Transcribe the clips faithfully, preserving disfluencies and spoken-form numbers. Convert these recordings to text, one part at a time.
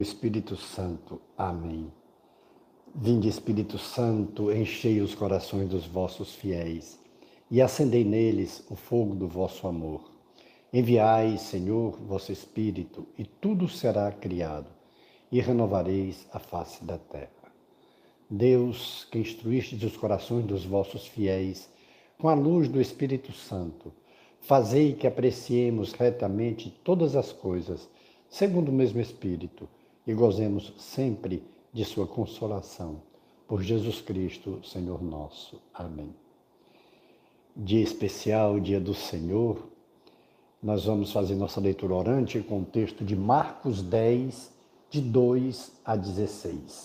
Espírito Santo. Amém. Vinde, Espírito Santo, enchei os corações dos vossos fiéis e acendei neles o fogo do vosso amor. Enviai, Senhor, vosso Espírito, e tudo será criado, e renovareis a face da terra. Deus, que instruístes os corações dos vossos fiéis com a luz do Espírito Santo, fazei que apreciemos retamente todas as coisas, segundo o mesmo Espírito, e gozemos sempre de sua consolação. Por Jesus Cristo, Senhor nosso. Amém. Dia especial, dia do Senhor, nós vamos fazer nossa leitura orante com o texto de Marcos dez, de dois a dezesseis.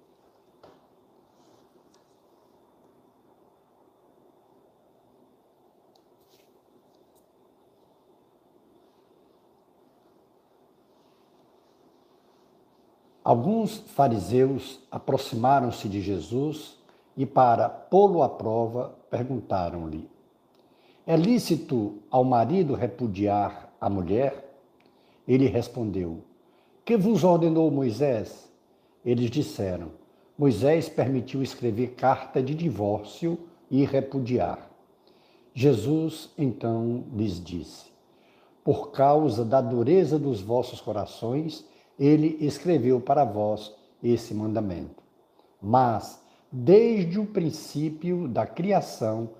Alguns fariseus aproximaram-se de Jesus e, para pô-lo à prova, perguntaram-lhe: é lícito ao marido repudiar a mulher? Ele respondeu: que vos ordenou Moisés? Eles disseram: Moisés permitiu escrever carta de divórcio e repudiar. Jesus então lhes disse: por causa da dureza dos vossos corações, ele escreveu para vós esse mandamento. Mas, desde o princípio da criação,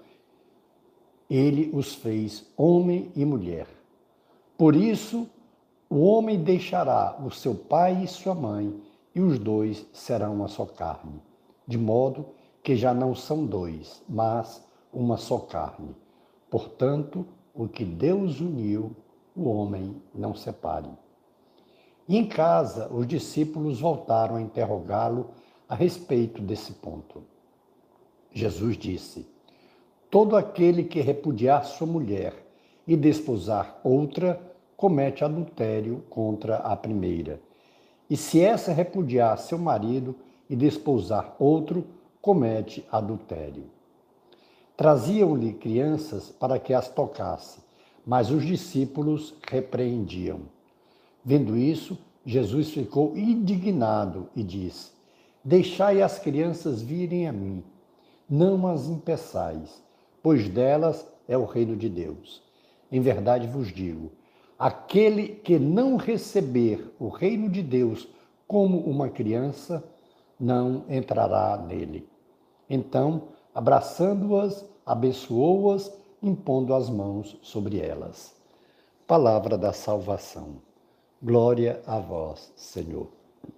ele os fez homem e mulher. Por isso, o homem deixará o seu pai e sua mãe, e os dois serão uma só carne. De modo que já não são dois, mas uma só carne. Portanto, o que Deus uniu, o homem não separe. E em casa, os discípulos voltaram a interrogá-lo a respeito desse ponto. Jesus disse: todo aquele que repudiar sua mulher e desposar outra, comete adultério contra a primeira. E se essa repudiar seu marido e desposar outro, comete adultério. Traziam-lhe crianças para que as tocasse, mas os discípulos repreendiam. Vendo isso, Jesus ficou indignado e disse: deixai as crianças virem a mim, não as impeçais, pois delas é o reino de Deus. Em verdade vos digo, aquele que não receber o reino de Deus como uma criança, não entrará nele. Então, abraçando-as, abençoou-as, impondo as mãos sobre elas. Palavra da salvação. Glória a vós, Senhor.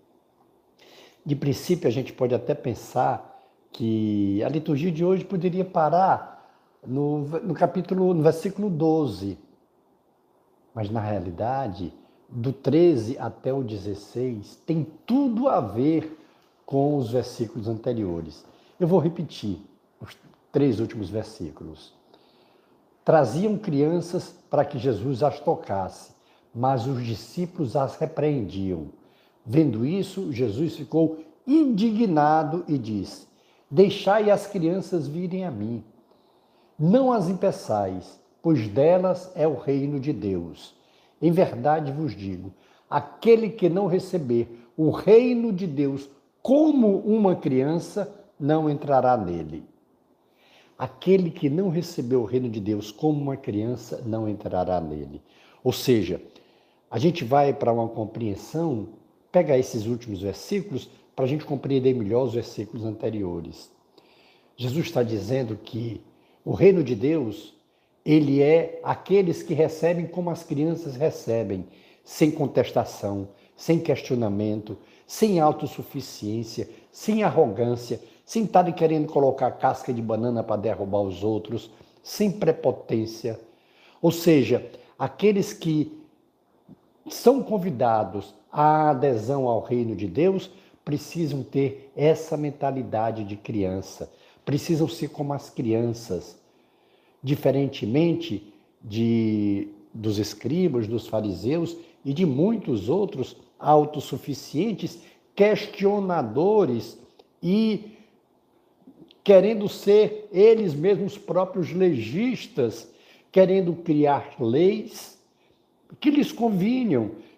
De princípio, a gente pode até pensar que a liturgia de hoje poderia parar no, no capítulo, no versículo doze. Mas, na realidade, do treze até o dezesseis, tem tudo a ver com os versículos anteriores. Eu vou repetir os três últimos versículos. Traziam crianças para que Jesus as tocasse, mas os discípulos as repreendiam. Vendo isso, Jesus ficou indignado e disse: deixai as crianças virem a mim, não as impeçais, pois delas é o reino de Deus. Em verdade vos digo, aquele que não receber o reino de Deus como uma criança, não entrará nele. Aquele que não recebeu o reino de Deus como uma criança, não entrará nele. Ou seja, a gente vai para uma compreensão, pegar esses últimos versículos para a gente compreender melhor os versículos anteriores. Jesus está dizendo que o reino de Deus, ele é aqueles que recebem como as crianças recebem, sem contestação, sem questionamento, sem autossuficiência, sem arrogância, sem estarem querendo colocar casca de banana para derrubar os outros, sem prepotência. Ou seja, aqueles que são convidados à adesão ao reino de Deus precisam ter essa mentalidade de criança, precisam ser como as crianças, diferentemente de, dos escribas, dos fariseus e de muitos outros autossuficientes, questionadores e querendo ser eles mesmos próprios legistas, querendo criar leis que lhes convinham,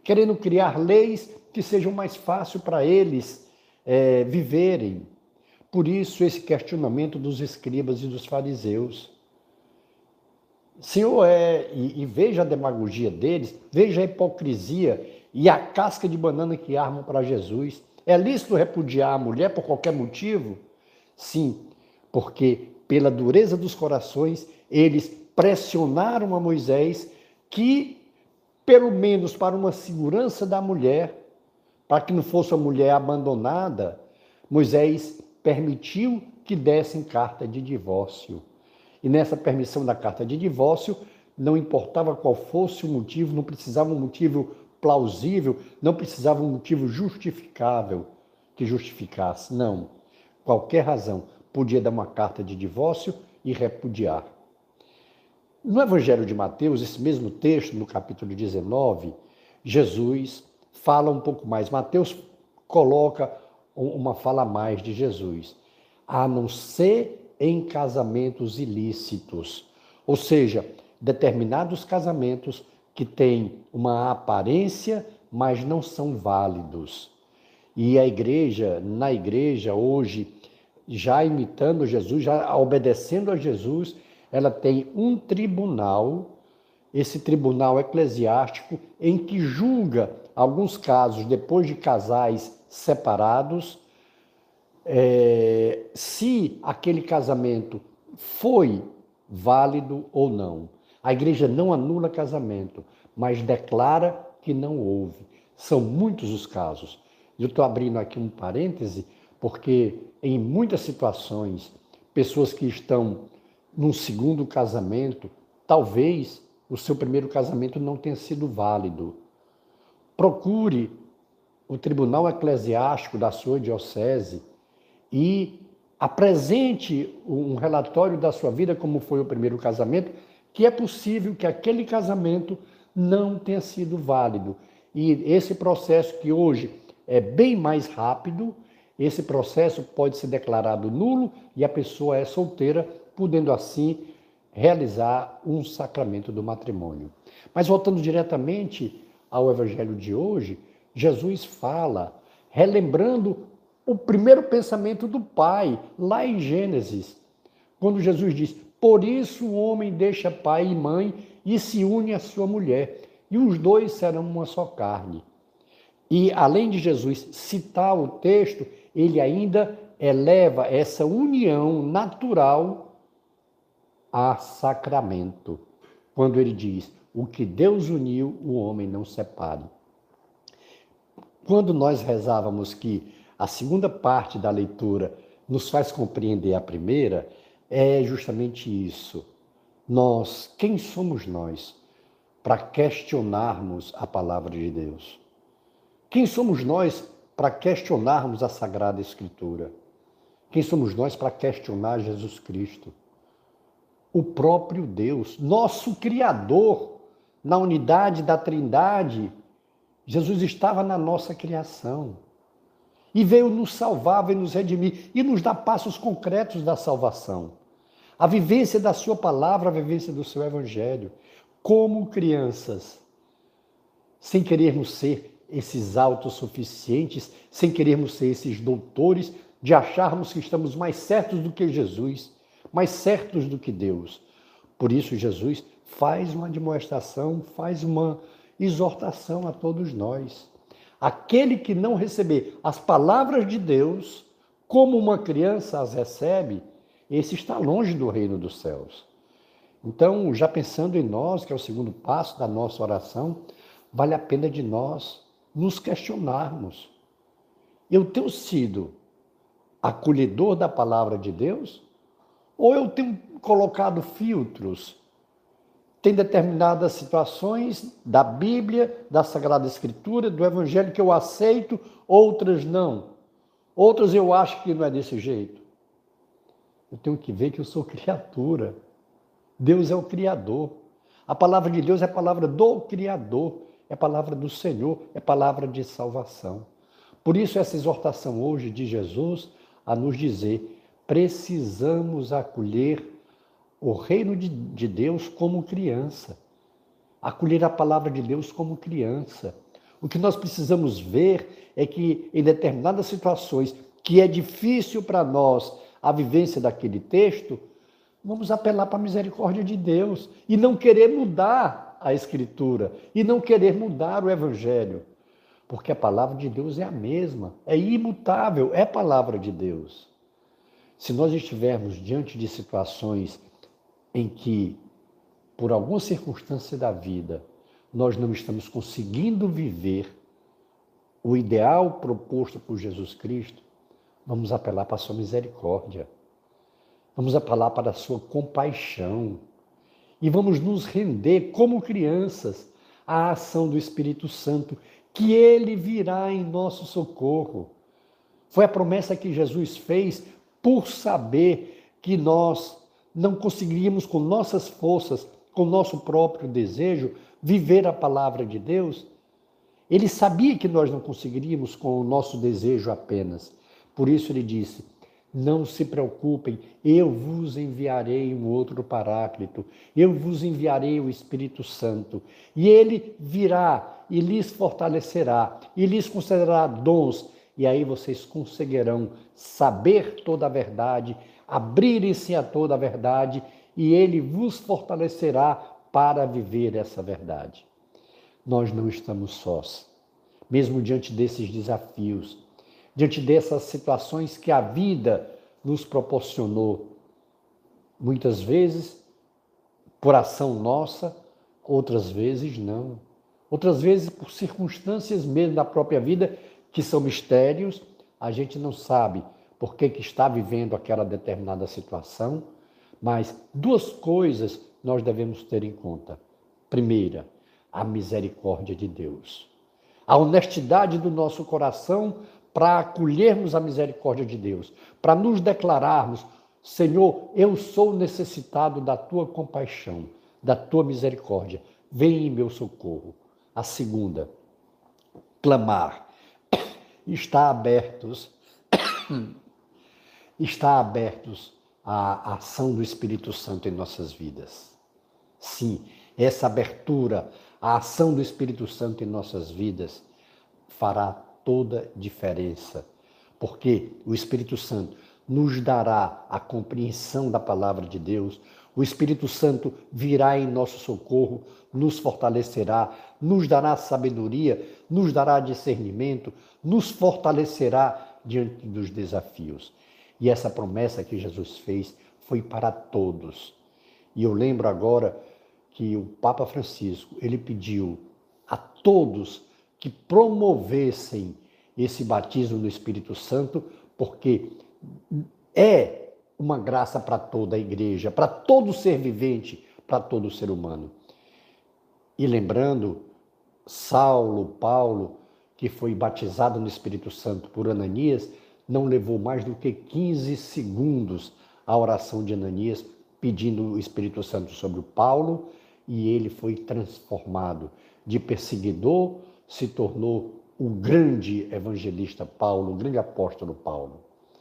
querendo criar leis que sejam mais fáceis para eles é, viverem. Por isso, esse questionamento dos escribas e dos fariseus. Senhor, é, e, e veja a demagogia deles, veja a hipocrisia e a casca de banana que armam para Jesus. É lícito repudiar a mulher por qualquer motivo? Sim, porque pela dureza dos corações, eles pressionaram a Moisés que, pelo menos para uma segurança da mulher, para que não fosse a mulher abandonada, Moisés permitiu que dessem carta de divórcio. E nessa permissão da carta de divórcio, não importava qual fosse o motivo, não precisava um motivo plausível, não precisava um motivo justificável que justificasse, não. Qualquer razão podia dar uma carta de divórcio e repudiar. No Evangelho de Mateus, esse mesmo texto, no capítulo dezenove, Jesus fala um pouco mais. Mateus coloca uma fala a mais de Jesus. A não ser em casamentos ilícitos, ou seja, determinados casamentos que têm uma aparência, mas não são válidos. E a igreja, na igreja hoje, já imitando Jesus, já obedecendo a Jesus, ela tem um tribunal, esse tribunal eclesiástico, em que julga alguns casos, depois de casais separados, é, se aquele casamento foi válido ou não. A igreja não anula casamento, mas declara que não houve. São muitos os casos. Eu estou abrindo aqui um parêntese, porque em muitas situações, pessoas que estão num segundo casamento, talvez o seu primeiro casamento não tenha sido válido. Procure o tribunal eclesiástico da sua diocese e apresente um relatório da sua vida, como foi o primeiro casamento, que é possível que aquele casamento não tenha sido válido. E esse processo, que hoje é bem mais rápido, esse processo pode ser declarado nulo e a pessoa é solteira, podendo assim realizar um sacramento do matrimônio. Mas voltando diretamente ao Evangelho de hoje, Jesus fala, relembrando o primeiro pensamento do Pai, lá em Gênesis, quando Jesus diz: por isso o homem deixa pai e mãe e se une à sua mulher, e os dois serão uma só carne. E além de Jesus citar o texto, ele ainda eleva essa união natural a sacramento, quando ele diz: o que Deus uniu, o homem não separe. Quando nós rezávamos que a segunda parte da leitura nos faz compreender a primeira, é justamente isso. Nós, quem somos nós para questionarmos a palavra de Deus? Quem somos nós para questionarmos a Sagrada Escritura? Quem somos nós para questionar Jesus Cristo? O próprio Deus, nosso Criador, na unidade da Trindade. Jesus estava na nossa criação e veio nos salvar, veio nos redimir e nos dar passos concretos da salvação. A vivência da sua palavra, a vivência do seu evangelho. Como crianças, sem querermos ser esses autossuficientes, sem querermos ser esses doutores, de acharmos que estamos mais certos do que Jesus, mais certos do que Deus. Por isso Jesus faz uma admoestação, faz uma exortação a todos nós. Aquele que não receber as palavras de Deus, como uma criança as recebe, esse está longe do reino dos céus. Então, já pensando em nós, que é o segundo passo da nossa oração, vale a pena de nós nos questionarmos. Eu tenho sido acolhedor da palavra de Deus? Ou eu tenho colocado filtros? Tem determinadas situações da Bíblia, da Sagrada Escritura, do Evangelho que eu aceito, outras não. Outras eu acho que não é desse jeito. Eu tenho que ver que eu sou criatura. Deus é o Criador. A palavra de Deus é a palavra do Criador, é a palavra do Senhor, é a palavra de salvação. Por isso essa exortação hoje de Jesus a nos dizer: precisamos acolher o reino de, de Deus como criança. Acolher a palavra de Deus como criança. O que nós precisamos ver é que em determinadas situações que é difícil para nós a vivência daquele texto, vamos apelar para a misericórdia de Deus e não querer mudar a Escritura e não querer mudar o Evangelho, porque a palavra de Deus é a mesma, é imutável, é palavra de Deus. Se nós estivermos diante de situações em que, por alguma circunstância da vida, nós não estamos conseguindo viver o ideal proposto por Jesus Cristo, vamos apelar para a sua misericórdia. Vamos apelar para a sua compaixão. E vamos nos render como crianças à ação do Espírito Santo, que ele virá em nosso socorro. Foi a promessa que Jesus fez por saber que nós não conseguiríamos com nossas forças, com nosso próprio desejo, viver a palavra de Deus. Ele sabia que nós não conseguiríamos com o nosso desejo apenas. Por isso ele disse, não se preocupem, eu vos enviarei um outro Paráclito, eu vos enviarei o Espírito Santo, e ele virá e lhes fortalecerá, e lhes concederá dons, e aí vocês conseguirão saber toda a verdade, abrirem-se a toda a verdade, e ele vos fortalecerá para viver essa verdade. Nós não estamos sós, mesmo diante desses desafios, diante dessas situações que a vida nos proporcionou, muitas vezes por ação nossa, outras vezes não. Outras vezes por circunstâncias mesmo da própria vida, que são mistérios, a gente não sabe por que, que está vivendo aquela determinada situação, mas duas coisas nós devemos ter em conta. Primeira, a misericórdia de Deus. A honestidade do nosso coração para acolhermos a misericórdia de Deus, para nos declararmos, Senhor, eu sou necessitado da tua compaixão, da tua misericórdia, vem em meu socorro. A segunda, clamar, está abertos, está abertos à ação do Espírito Santo em nossas vidas. Sim, essa abertura, a ação do Espírito Santo em nossas vidas fará toda diferença, porque o Espírito Santo nos dará a compreensão da palavra de Deus, o Espírito Santo virá em nosso socorro, nos fortalecerá, nos dará sabedoria, nos dará discernimento, nos fortalecerá diante dos desafios. E essa promessa que Jesus fez foi para todos. E eu lembro agora que o Papa Francisco, ele pediu a todos que promovessem esse batismo no Espírito Santo, porque é uma graça para toda a igreja, para todo ser vivente, para todo ser humano. E lembrando, Saulo, Paulo, que foi batizado no Espírito Santo por Ananias, não levou mais do que quinze segundos a oração de Ananias, pedindo o Espírito Santo sobre o Paulo, e ele foi transformado. De perseguidor, se tornou o grande evangelista Paulo, o grande apóstolo Paulo.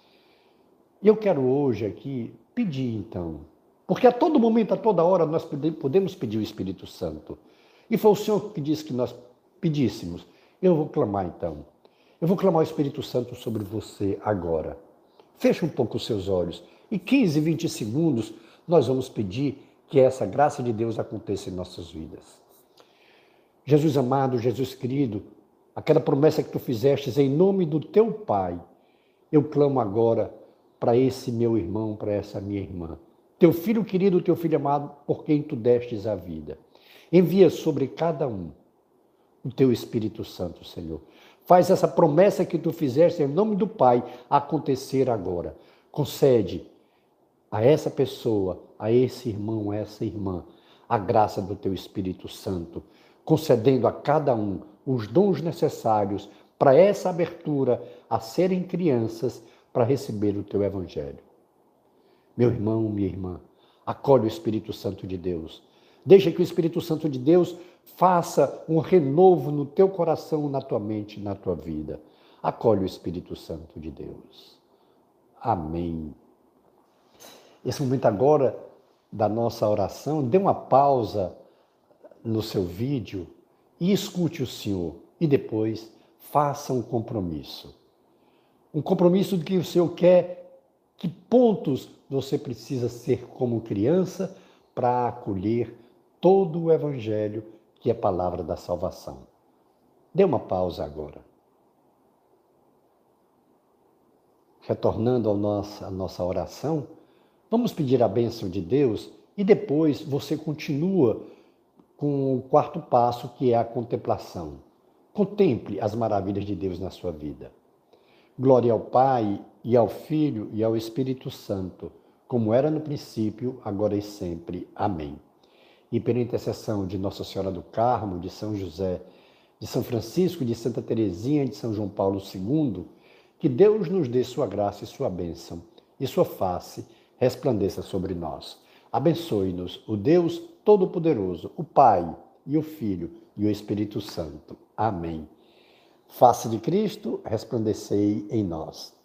E eu quero hoje aqui pedir então, porque a todo momento, a toda hora, nós podemos pedir o Espírito Santo. E foi o Senhor que disse que nós pedíssemos. Eu vou clamar então. Eu vou clamar o Espírito Santo sobre você agora. Feche um pouco os seus olhos. E quinze, vinte segundos, nós vamos pedir que essa graça de Deus aconteça em nossas vidas. Jesus amado, Jesus querido, aquela promessa que tu fizestes em nome do teu Pai, eu clamo agora para esse meu irmão, para essa minha irmã. Teu filho querido, teu filho amado, por quem tu destes a vida. Envia sobre cada um o teu Espírito Santo, Senhor. Faz essa promessa que tu fizeste em nome do Pai acontecer agora. Concede a essa pessoa, a esse irmão, a essa irmã, a graça do teu Espírito Santo, concedendo a cada um os dons necessários para essa abertura a serem crianças para receber o teu Evangelho. Meu irmão, minha irmã, acolhe o Espírito Santo de Deus. Deixa que o Espírito Santo de Deus faça um renovo no teu coração, na tua mente, na tua vida. Acolhe o Espírito Santo de Deus. Amém. Esse momento agora da nossa oração, dê uma pausa no seu vídeo e escute o Senhor. e depois faça um compromisso. Um compromisso de que o Senhor quer, que pontos você precisa ser como criança para acolher todo o Evangelho, que é a palavra da salvação. Dê uma pausa agora. Retornando à nossa, à nossa oração, vamos pedir a bênção de Deus e depois você continua com o quarto passo, que é a contemplação. Contemple as maravilhas de Deus na sua vida. Glória ao Pai, e ao Filho, e ao Espírito Santo, como era no princípio, agora e sempre. Amém. E pela intercessão de Nossa Senhora do Carmo, de São José, de São Francisco, de Santa Teresinha, de São João Paulo segundo, que Deus nos dê sua graça e sua bênção, e sua face resplandeça sobre nós. Abençoe-nos o Deus Todo-Poderoso, o Pai, e o Filho, e o Espírito Santo. Amém. Face de Cristo, resplandecei em nós.